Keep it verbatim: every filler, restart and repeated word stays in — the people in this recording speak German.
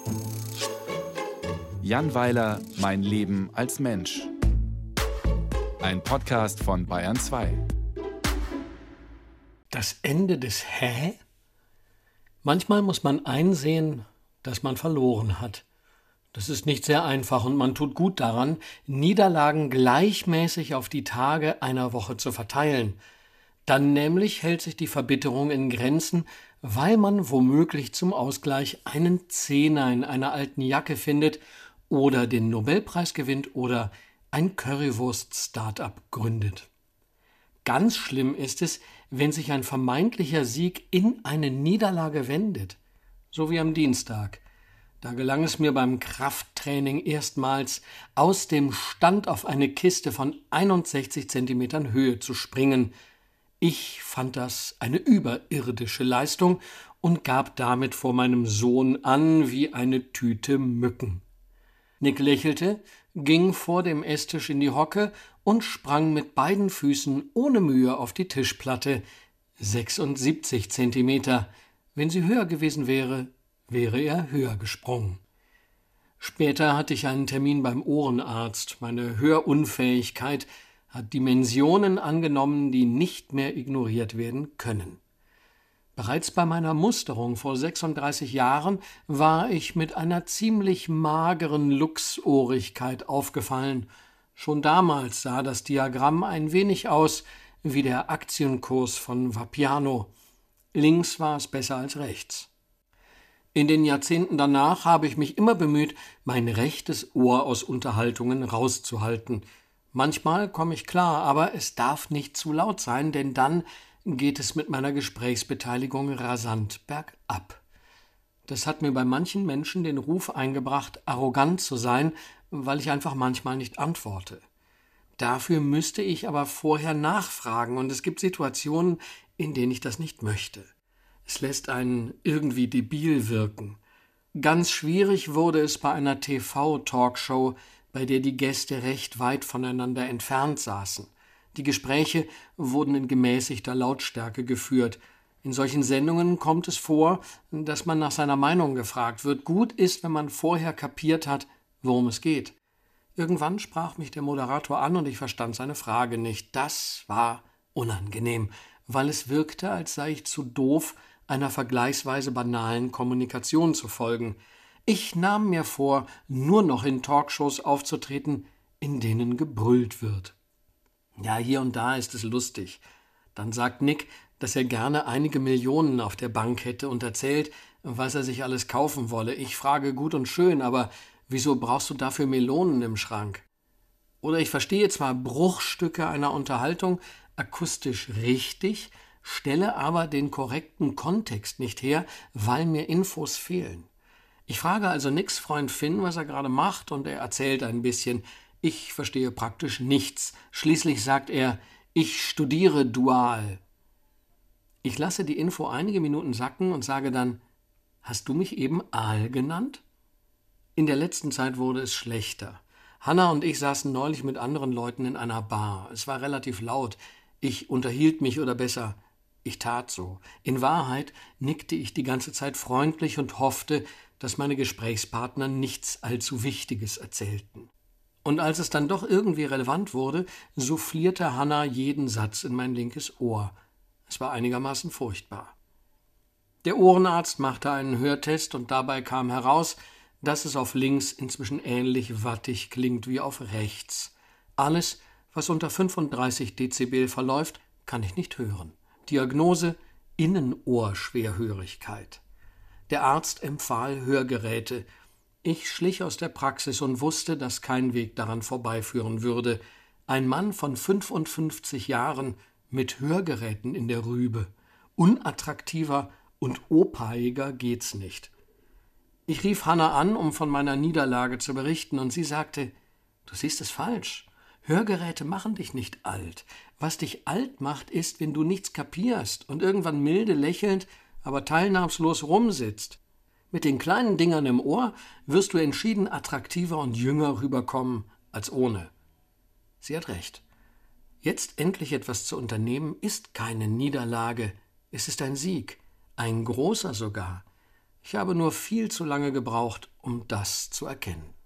Jan Weiler, Mein Leben als Mensch. Ein Podcast von Bayern zwei. Das Ende des Hä? Manchmal muss man einsehen, dass man verloren hat. Das ist nicht sehr einfach und man tut gut daran, Niederlagen gleichmäßig auf die Tage einer Woche zu verteilen. Dann nämlich hält sich die Verbitterung in Grenzen, weil man womöglich zum Ausgleich einen Zehner in einer alten Jacke findet oder den Nobelpreis gewinnt oder ein Currywurst-Start-up gründet. Ganz schlimm ist es, wenn sich ein vermeintlicher Sieg in eine Niederlage wendet, so wie am Dienstag. Da gelang es mir beim Krafttraining erstmals, aus dem Stand auf eine Kiste von einundsechzig Zentimetern Höhe zu springen. Ich fand das eine überirdische Leistung und gab damit vor meinem Sohn an wie eine Tüte Mücken. Nick lächelte, ging vor dem Esstisch in die Hocke und sprang mit beiden Füßen ohne Mühe auf die Tischplatte. sechsundsiebzig Zentimeter. Wenn sie höher gewesen wäre, wäre er höher gesprungen. Später hatte ich einen Termin beim Ohrenarzt. Meine Hörunfähigkeit hat Dimensionen angenommen, die nicht mehr ignoriert werden können. Bereits bei meiner Musterung vor sechsunddreißig Jahren war ich mit einer ziemlich mageren Luchsohrigkeit aufgefallen. Schon damals sah das Diagramm ein wenig aus wie der Aktienkurs von Vapiano. Links war es besser als rechts. In den Jahrzehnten danach habe ich mich immer bemüht, mein rechtes Ohr aus Unterhaltungen rauszuhalten. Manchmal komme ich klar, aber es darf nicht zu laut sein, denn dann geht es mit meiner Gesprächsbeteiligung rasant bergab. Das hat mir bei manchen Menschen den Ruf eingebracht, arrogant zu sein, weil ich einfach manchmal nicht antworte. Dafür müsste ich aber vorher nachfragen, und es gibt Situationen, in denen ich das nicht möchte. Es lässt einen irgendwie debil wirken. Ganz schwierig wurde es bei einer T V-Talkshow, bei der die Gäste recht weit voneinander entfernt saßen. Die Gespräche wurden in gemäßigter Lautstärke geführt. In solchen Sendungen kommt es vor, dass man nach seiner Meinung gefragt wird. Gut ist, wenn man vorher kapiert hat, worum es geht. Irgendwann sprach mich der Moderator an und ich verstand seine Frage nicht. Das war unangenehm, weil es wirkte, als sei ich zu doof, einer vergleichsweise banalen Kommunikation zu folgen. Ich nahm mir vor, nur noch in Talkshows aufzutreten, in denen gebrüllt wird. Ja, hier und da ist es lustig. Dann sagt Nick, dass er gerne einige Millionen auf der Bank hätte und erzählt, was er sich alles kaufen wolle. Ich frage, gut und schön, aber wieso brauchst du dafür Melonen im Schrank? Oder ich verstehe zwar Bruchstücke einer Unterhaltung akustisch richtig, stelle aber den korrekten Kontext nicht her, weil mir Infos fehlen. Ich frage also Nicks Freund Finn, was er gerade macht, und er erzählt ein bisschen. Ich verstehe praktisch nichts. Schließlich sagt er, ich studiere dual. Ich lasse die Info einige Minuten sacken und sage dann, hast du mich eben Aal genannt? In der letzten Zeit wurde es schlechter. Hanna und ich saßen neulich mit anderen Leuten in einer Bar. Es war relativ laut. Ich unterhielt mich, oder besser, ich tat so. In Wahrheit nickte ich die ganze Zeit freundlich und hoffte, dass meine Gesprächspartner nichts allzu Wichtiges erzählten. Und als es dann doch irgendwie relevant wurde, soufflierte Hanna jeden Satz in mein linkes Ohr. Es war einigermaßen furchtbar. Der Ohrenarzt machte einen Hörtest und dabei kam heraus, dass es auf links inzwischen ähnlich wattig klingt wie auf rechts. Alles, was unter fünfunddreißig Dezibel verläuft, kann ich nicht hören. Diagnose: Innenohrschwerhörigkeit. Der Arzt empfahl Hörgeräte. Ich schlich aus der Praxis und wusste, dass kein Weg daran vorbeiführen würde. Ein Mann von fünfundfünfzig Jahren mit Hörgeräten in der Rübe. Unattraktiver und opaiger geht's nicht. Ich rief Hanna an, um von meiner Niederlage zu berichten, und sie sagte, du siehst es falsch. Hörgeräte machen dich nicht alt. Was dich alt macht, ist, wenn du nichts kapierst und irgendwann milde lächelnd, aber teilnahmslos rumsitzt. Mit den kleinen Dingern im Ohr wirst du entschieden attraktiver und jünger rüberkommen als ohne. Sie hat recht. Jetzt endlich etwas zu unternehmen, ist keine Niederlage. Es ist ein Sieg, ein großer sogar. Ich habe nur viel zu lange gebraucht, um das zu erkennen.